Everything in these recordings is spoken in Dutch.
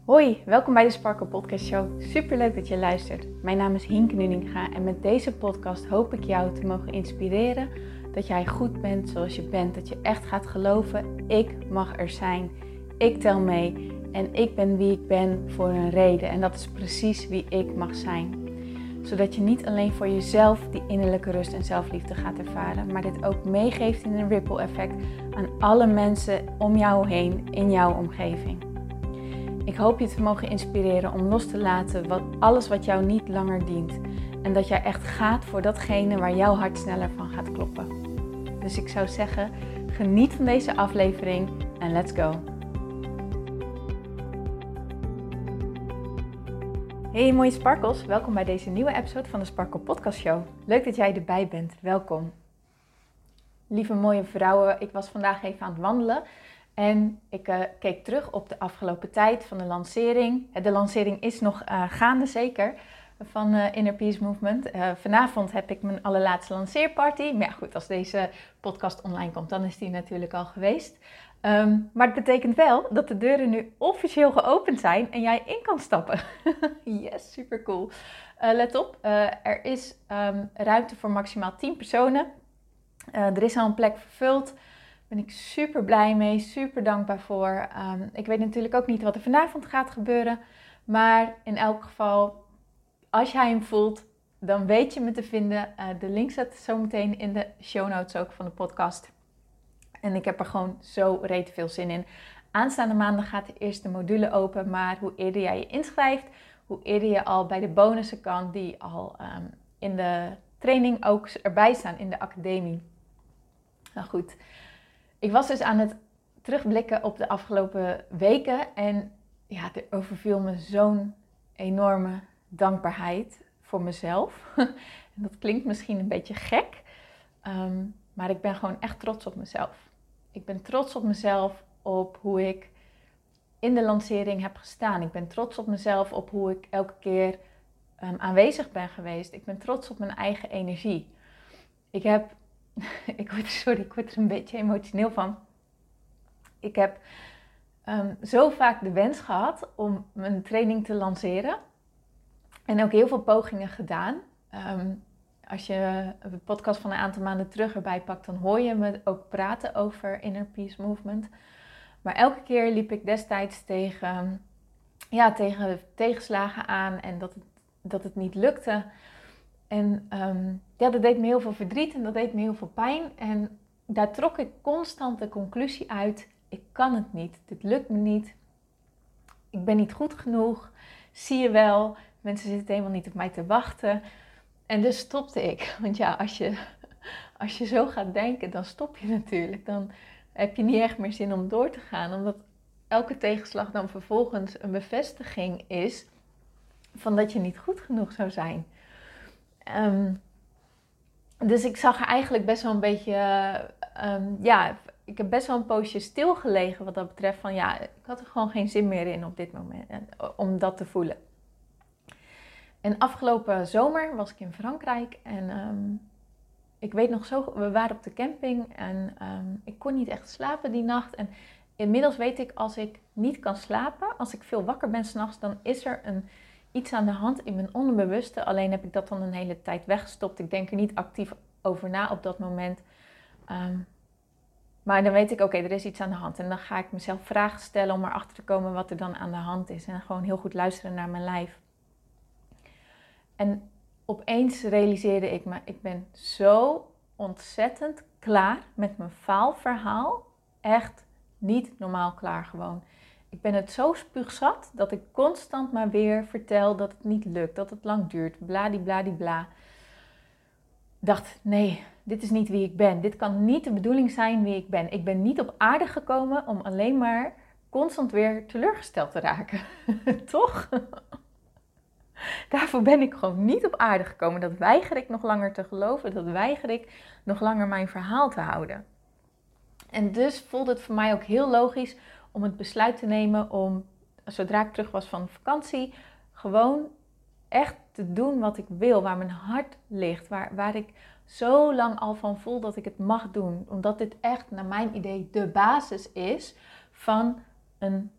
Hoi, welkom bij de Sparkle Podcast Show. Superleuk dat je luistert. Mijn naam is Hienke Nuninga en met deze podcast hoop ik jou te mogen inspireren dat jij goed bent zoals je bent. Dat je echt gaat geloven, ik mag er zijn, ik tel mee en ik ben wie ik ben voor een reden. En dat is precies wie ik mag zijn. Zodat je niet alleen voor jezelf die innerlijke rust en zelfliefde gaat ervaren, maar dit ook meegeeft in een ripple effect aan alle mensen om jou heen in jouw omgeving. Ik hoop je te mogen inspireren om los te laten alles wat jou niet langer dient. En dat jij echt gaat voor datgene waar jouw hart sneller van gaat kloppen. Dus ik zou zeggen, geniet van deze aflevering en let's go! Hey mooie sparkles, welkom bij deze nieuwe episode van de Sparkle Podcast Show. Leuk dat jij erbij bent, welkom. Lieve mooie vrouwen, ik was vandaag even aan het wandelen. En ik keek terug op de afgelopen tijd van de lancering. De lancering is nog gaande zeker van Inner Peace Movement. Vanavond heb ik mijn allerlaatste lanceerparty. Maar ja goed, als deze podcast online komt, dan is die natuurlijk al geweest. Maar het betekent wel dat de deuren nu officieel geopend zijn en jij in kan stappen. Yes, super cool. Let op, er is ruimte voor maximaal 10 personen. Er is al een plek vervuld. Daar ben ik super blij mee, super dankbaar voor. Ik weet natuurlijk ook niet wat er vanavond gaat gebeuren. Maar in elk geval, als jij hem voelt, dan weet je me te vinden. De link staat zometeen in de show notes ook van de podcast. En ik heb er gewoon zo reet veel zin in. Aanstaande maandag gaat de eerste module open. Maar hoe eerder jij je inschrijft, hoe eerder je al bij de bonussen kan die al in de training ook erbij staan in de academie. Nou goed. Ik was dus aan het terugblikken op de afgelopen weken en ja, er overviel me zo'n enorme dankbaarheid voor mezelf. En dat klinkt misschien een beetje gek, maar ik ben gewoon echt trots op mezelf. Ik ben trots op mezelf op hoe ik in de lancering heb gestaan. Ik ben trots op mezelf op hoe ik elke keer aanwezig ben geweest. Ik ben trots op mijn eigen energie. Ik word er een beetje emotioneel van. Ik heb zo vaak de wens gehad om mijn training te lanceren. En ook heel veel pogingen gedaan. Als je de podcast van een aantal maanden terug erbij pakt, dan hoor je me ook praten over Inner Peace Movement. Maar elke keer liep ik destijds tegen tegenslagen aan en dat het niet lukte. En dat deed me heel veel verdriet en dat deed me heel veel pijn. En daar trok ik constant de conclusie uit, ik kan het niet, dit lukt me niet. Ik ben niet goed genoeg, zie je wel, mensen zitten helemaal niet op mij te wachten. En dus stopte ik. Want ja, als je zo gaat denken, dan stop je natuurlijk. Dan heb je niet echt meer zin om door te gaan. Omdat elke tegenslag dan vervolgens een bevestiging is van dat je niet goed genoeg zou zijn. Dus ik zag er eigenlijk best wel een beetje, ik heb best wel een poosje stilgelegen wat dat betreft. Van ja, ik had er gewoon geen zin meer in op dit moment om dat te voelen. En afgelopen zomer was ik in Frankrijk en ik weet nog zo, we waren op de camping en ik kon niet echt slapen die nacht. En inmiddels weet ik, als ik niet kan slapen, als ik veel wakker ben 's nachts, dan is er iets aan de hand in mijn onderbewuste. Alleen heb ik dat dan een hele tijd weggestopt. Ik denk er niet actief over na op dat moment. Maar dan weet ik, oké, er is iets aan de hand. En dan ga ik mezelf vragen stellen om erachter te komen wat er dan aan de hand is. En gewoon heel goed luisteren naar mijn lijf. En opeens realiseerde ik me, ik ben zo ontzettend klaar met mijn faalverhaal. Echt niet normaal klaar gewoon. Ik ben het zo spuugzat dat ik constant maar weer vertel dat het niet lukt, dat het lang duurt, bladibladibla. Ik dacht, nee, dit is niet wie ik ben. Dit kan niet de bedoeling zijn wie ik ben. Ik ben niet op aarde gekomen om alleen maar constant weer teleurgesteld te raken. Toch? Daarvoor ben ik gewoon niet op aarde gekomen. Dat weiger ik nog langer te geloven. Dat weiger ik nog langer mijn verhaal te houden. En dus voelde het voor mij ook heel logisch om het besluit te nemen om, zodra ik terug was van vakantie, gewoon echt te doen wat ik wil, waar mijn hart ligt, waar ik zo lang al van voel dat ik het mag doen. Omdat dit echt, naar mijn idee, de basis is van een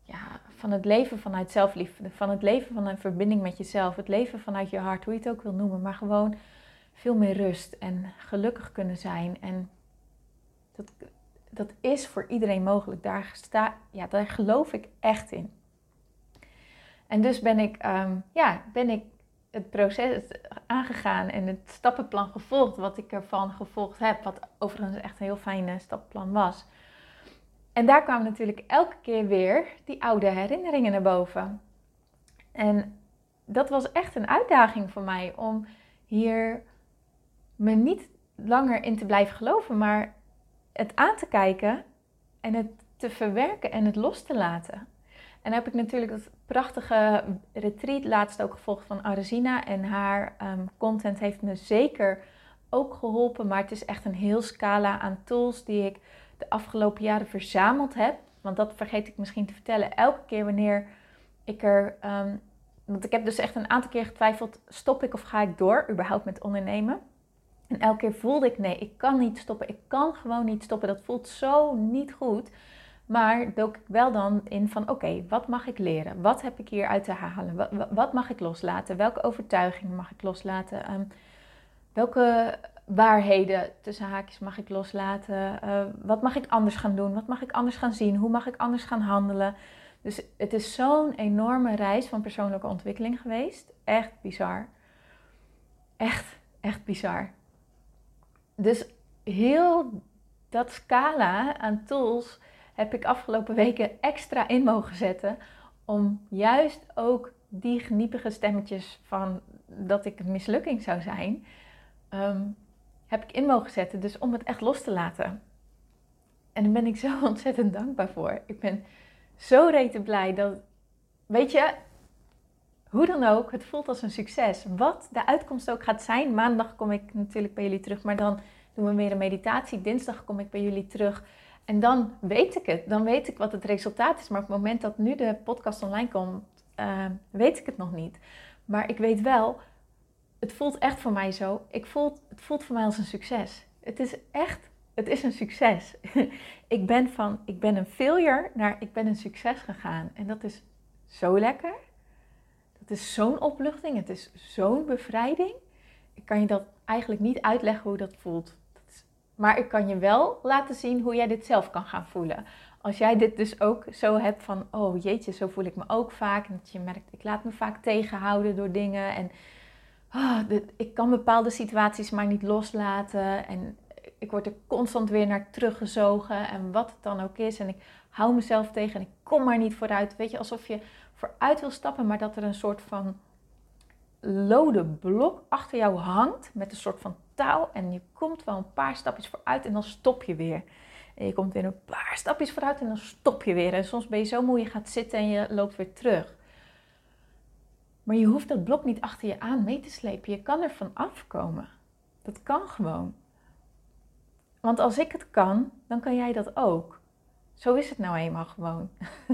van het leven vanuit zelfliefde. Van het leven vanuit verbinding met jezelf. Het leven vanuit je hart, hoe je het ook wil noemen. Maar gewoon veel meer rust en gelukkig kunnen zijn. En dat is voor iedereen mogelijk. Daar geloof ik echt in. En dus ben ik het proces aangegaan en het stappenplan gevolgd. Wat ik ervan gevolgd heb. Wat overigens echt een heel fijn stappenplan was. En daar kwamen natuurlijk elke keer weer die oude herinneringen naar boven. En dat was echt een uitdaging voor mij om hier me niet langer in te blijven geloven, maar het aan te kijken en het te verwerken en het los te laten. En dan heb ik natuurlijk dat prachtige retreat laatst ook gevolgd van Aresina. En haar content heeft me zeker ook geholpen. Maar het is echt een heel scala aan tools die ik de afgelopen jaren verzameld heb. Want dat vergeet ik misschien te vertellen. Elke keer wanneer ik want ik heb dus echt een aantal keer getwijfeld. Stop ik of ga ik door überhaupt met ondernemen? En elke keer voelde ik nee, ik kan niet stoppen. Ik kan gewoon niet stoppen. Dat voelt zo niet goed. Maar dook ik wel dan in van oké, wat mag ik leren? Wat heb ik hier uit te halen? Wat mag ik loslaten? Welke overtuigingen mag ik loslaten? Welke waarheden tussen haakjes mag ik loslaten? Wat mag ik anders gaan doen? Wat mag ik anders gaan zien? Hoe mag ik anders gaan handelen? Dus het is zo'n enorme reis van persoonlijke ontwikkeling geweest. Echt bizar. Echt bizar. Dus heel dat scala aan tools heb ik afgelopen weken extra in mogen zetten. Om juist ook die geniepige stemmetjes van dat ik een mislukking zou zijn, heb ik in mogen zetten. Dus om het echt los te laten. En daar ben ik zo ontzettend dankbaar voor. Ik ben zo rete blij dat, weet je, hoe dan ook, het voelt als een succes. Wat de uitkomst ook gaat zijn. Maandag kom ik natuurlijk bij jullie terug, maar dan doen we weer een meditatie. Dinsdag kom ik bij jullie terug. En dan weet ik het. Dan weet ik wat het resultaat is. Maar op het moment dat nu de podcast online komt, weet ik het nog niet. Maar ik weet wel, het voelt echt voor mij zo. Het voelt voor mij als een succes. Het is een succes. Ik ben een failure naar ik ben een succes gegaan. En dat is zo lekker. Dat is zo'n opluchting. Het is zo'n bevrijding. Ik kan je dat eigenlijk niet uitleggen hoe dat voelt. Maar ik kan je wel laten zien hoe jij dit zelf kan gaan voelen. Als jij dit dus ook zo hebt van, oh jeetje, zo voel ik me ook vaak. En dat je merkt, ik laat me vaak tegenhouden door dingen. En ik kan bepaalde situaties maar niet loslaten. En ik word er constant weer naar teruggezogen. En wat het dan ook is. En ik hou mezelf tegen en ik kom maar niet vooruit. Weet je, alsof je vooruit wil stappen, maar dat er een soort van lode blok achter jou hangt. Met een soort van touw. En je komt wel een paar stapjes vooruit en dan stop je weer. En je komt weer een paar stapjes vooruit en dan stop je weer. En soms ben je zo moe, je gaat zitten en je loopt weer terug. Maar je hoeft dat blok niet achter je aan mee te slepen. Je kan er van afkomen. Dat kan gewoon. Want als ik het kan, dan kan jij dat ook. Zo is het nou eenmaal gewoon.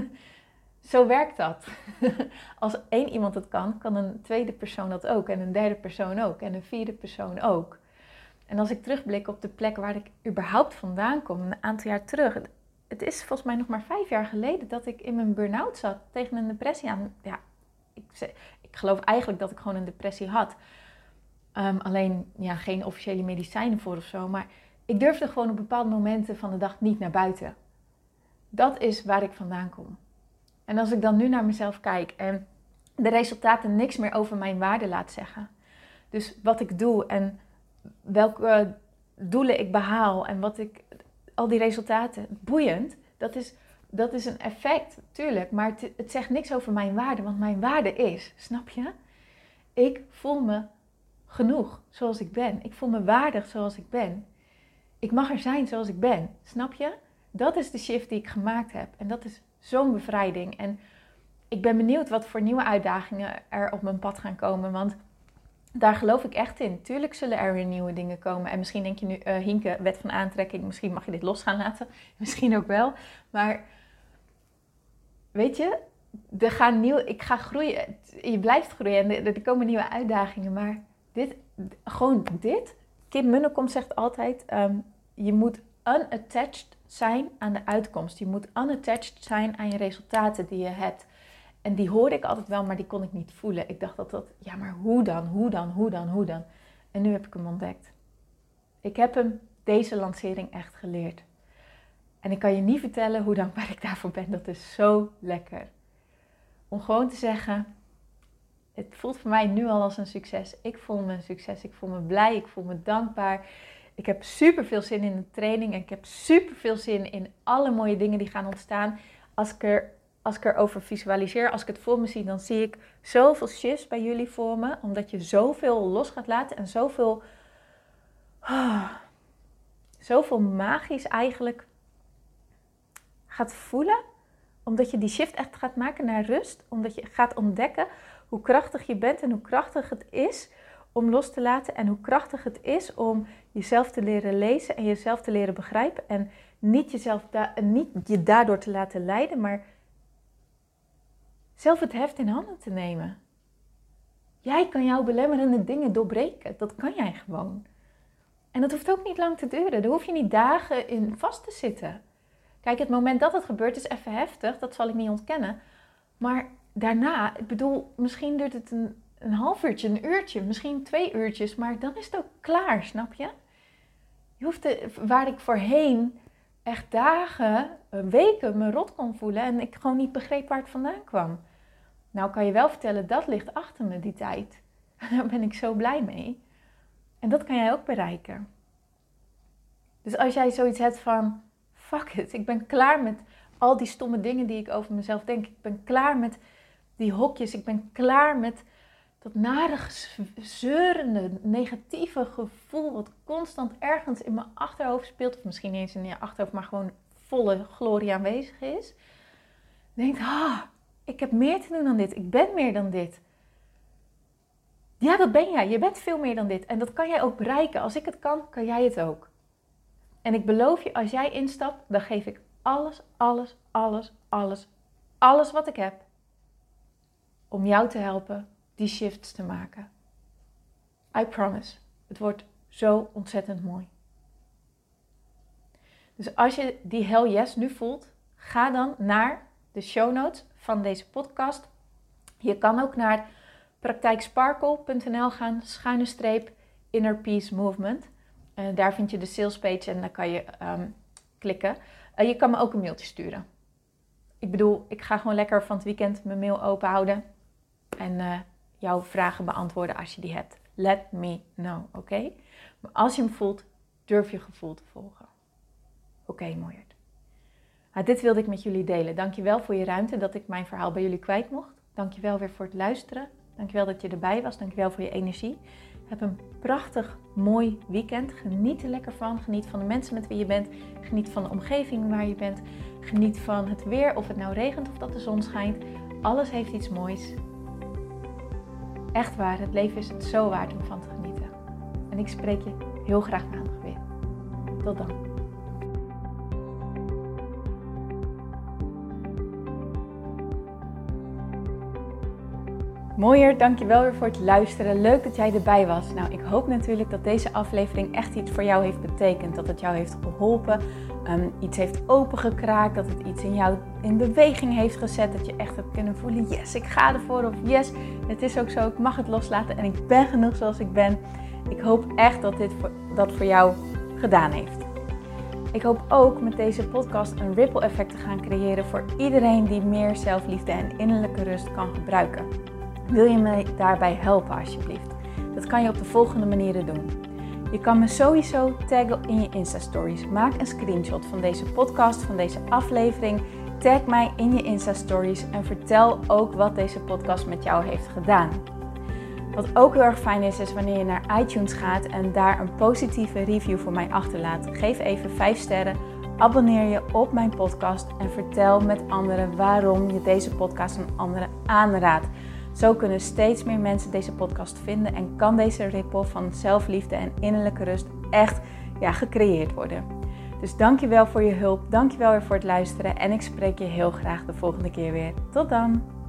Zo werkt dat. Als één iemand het kan een tweede persoon dat ook. En een derde persoon ook. En een vierde persoon ook. En als ik terugblik op de plek waar ik überhaupt vandaan kom, een aantal jaar terug. Het is volgens mij nog maar 5 jaar geleden dat ik in mijn burn-out zat. Tegen een depressie aan. Ja, ik geloof eigenlijk dat ik gewoon een depressie had. Alleen geen officiële medicijnen voor of zo. Maar ik durfde gewoon op bepaalde momenten van de dag niet naar buiten. Dat is waar ik vandaan kom. En als ik dan nu naar mezelf kijk en de resultaten niks meer over mijn waarde laat zeggen. Dus wat ik doe en welke doelen ik behaal en al die resultaten, boeiend, dat is een effect, tuurlijk. Maar het zegt niks over mijn waarde, want mijn waarde is, snap je? Ik voel me genoeg zoals ik ben. Ik voel me waardig zoals ik ben. Ik mag er zijn zoals ik ben, snap je? Dat is de shift die ik gemaakt heb en dat is zo'n bevrijding. En ik ben benieuwd wat voor nieuwe uitdagingen er op mijn pad gaan komen. Want daar geloof ik echt in. Tuurlijk zullen er weer nieuwe dingen komen. En misschien denk je nu, Hienke, wet van aantrekking. Misschien mag je dit los gaan laten. Misschien ook wel. Maar weet je, ik ga groeien. Je blijft groeien en er komen nieuwe uitdagingen. Maar dit. Kim Munnekom zegt altijd, je moet unattached zijn aan de uitkomst. Je moet unattached zijn aan je resultaten die je hebt. En die hoorde ik altijd wel, maar die kon ik niet voelen. Ik dacht ja, maar hoe dan? En nu heb ik hem ontdekt. Ik heb hem deze lancering echt geleerd. En ik kan je niet vertellen hoe dankbaar ik daarvoor ben. Dat is zo lekker. Om gewoon te zeggen, het voelt voor mij nu al als een succes. Ik voel me een succes. Ik voel me blij. Ik voel me dankbaar. Ik heb super veel zin in de training. En ik heb super veel zin in alle mooie dingen die gaan ontstaan. Als ik erover visualiseer, als ik het voor me zie, dan zie ik zoveel shifts bij jullie voor me. Omdat je zoveel los gaat laten en zoveel magisch eigenlijk gaat voelen. Omdat je die shift echt gaat maken naar rust. Omdat je gaat ontdekken hoe krachtig je bent en hoe krachtig het is om los te laten. En hoe krachtig het is om jezelf te leren lezen en jezelf te leren begrijpen. En niet je daardoor te laten leiden, maar zelf het heft in handen te nemen. Jij kan jouw belemmerende dingen doorbreken. Dat kan jij gewoon. En dat hoeft ook niet lang te duren. Daar hoef je niet dagen in vast te zitten. Kijk, het moment dat het gebeurt is even heftig. Dat zal ik niet ontkennen. Maar daarna, ik bedoel, misschien duurt het een half uurtje, een uurtje, misschien 2 uurtjes. Maar dan is het ook klaar, snap je? Waar ik voorheen echt dagen, weken me rot kon voelen. En ik gewoon niet begreep waar het vandaan kwam. Nou kan je wel vertellen, dat ligt achter me, die tijd. Daar ben ik zo blij mee. En dat kan jij ook bereiken. Dus als jij zoiets hebt van, fuck it, ik ben klaar met al die stomme dingen die ik over mezelf denk. Ik ben klaar met die hokjes. Ik ben klaar met dat nare, zeurende, negatieve gevoel wat constant ergens in mijn achterhoofd speelt. Of misschien niet eens in je achterhoofd, maar gewoon volle glorie aanwezig is. Denk, ik heb meer te doen dan dit. Ik ben meer dan dit. Ja, dat ben jij. Je bent veel meer dan dit. En dat kan jij ook bereiken. Als ik het kan, kan jij het ook. En ik beloof je, als jij instapt, dan geef ik alles wat ik heb. Om jou te helpen die shifts te maken. I promise. Het wordt zo ontzettend mooi. Dus als je die hell yes nu voelt, ga dan naar de show notes van deze podcast. Je kan ook naar praktijksparkle.nl gaan, /inner peace movement. Daar vind je de sales page en daar kan je klikken. Je kan me ook een mailtje sturen. Ik bedoel, ik ga gewoon lekker van het weekend mijn mail open houden. En jouw vragen beantwoorden als je die hebt. Let me know, oké? Maar als je hem voelt, durf je gevoel te volgen. Oké, mooierd. Dit wilde ik met jullie delen. Dankjewel voor je ruimte dat ik mijn verhaal bij jullie kwijt mocht. Dankjewel weer voor het luisteren. Dankjewel dat je erbij was. Dankjewel voor je energie. Heb een prachtig, mooi weekend. Geniet er lekker van. Geniet van de mensen met wie je bent. Geniet van de omgeving waar je bent. Geniet van het weer, of het nou regent of dat de zon schijnt. Alles heeft iets moois. Echt waar, het leven is het zo waard om van te genieten. En ik spreek je heel graag maandag weer. Tot dan. Mooier, dankjewel weer voor het luisteren. Leuk dat jij erbij was. Nou, ik hoop natuurlijk dat deze aflevering echt iets voor jou heeft betekend. Dat het jou heeft geholpen, iets heeft opengekraakt. Dat het iets in jou in beweging heeft gezet. Dat je echt hebt kunnen voelen, yes, ik ga ervoor. Of yes, het is ook zo, ik mag het loslaten en ik ben genoeg zoals ik ben. Ik hoop echt dat dit dat voor jou gedaan heeft. Ik hoop ook met deze podcast een ripple effect te gaan creëren voor iedereen die meer zelfliefde en innerlijke rust kan gebruiken. Wil je me daarbij helpen alsjeblieft? Dat kan je op de volgende manieren doen. Je kan me sowieso taggen in je Insta-stories. Maak een screenshot van deze podcast, van deze aflevering. Tag mij in je Insta-stories en vertel ook wat deze podcast met jou heeft gedaan. Wat ook heel erg fijn is wanneer je naar iTunes gaat en daar een positieve review voor mij achterlaat. Geef even 5 sterren, abonneer je op mijn podcast en vertel met anderen waarom je deze podcast aan anderen aanraadt. Zo kunnen steeds meer mensen deze podcast vinden en kan deze ripple van zelfliefde en innerlijke rust echt gecreëerd worden. Dus dankjewel voor je hulp, dankjewel weer voor het luisteren en ik spreek je heel graag de volgende keer weer. Tot dan!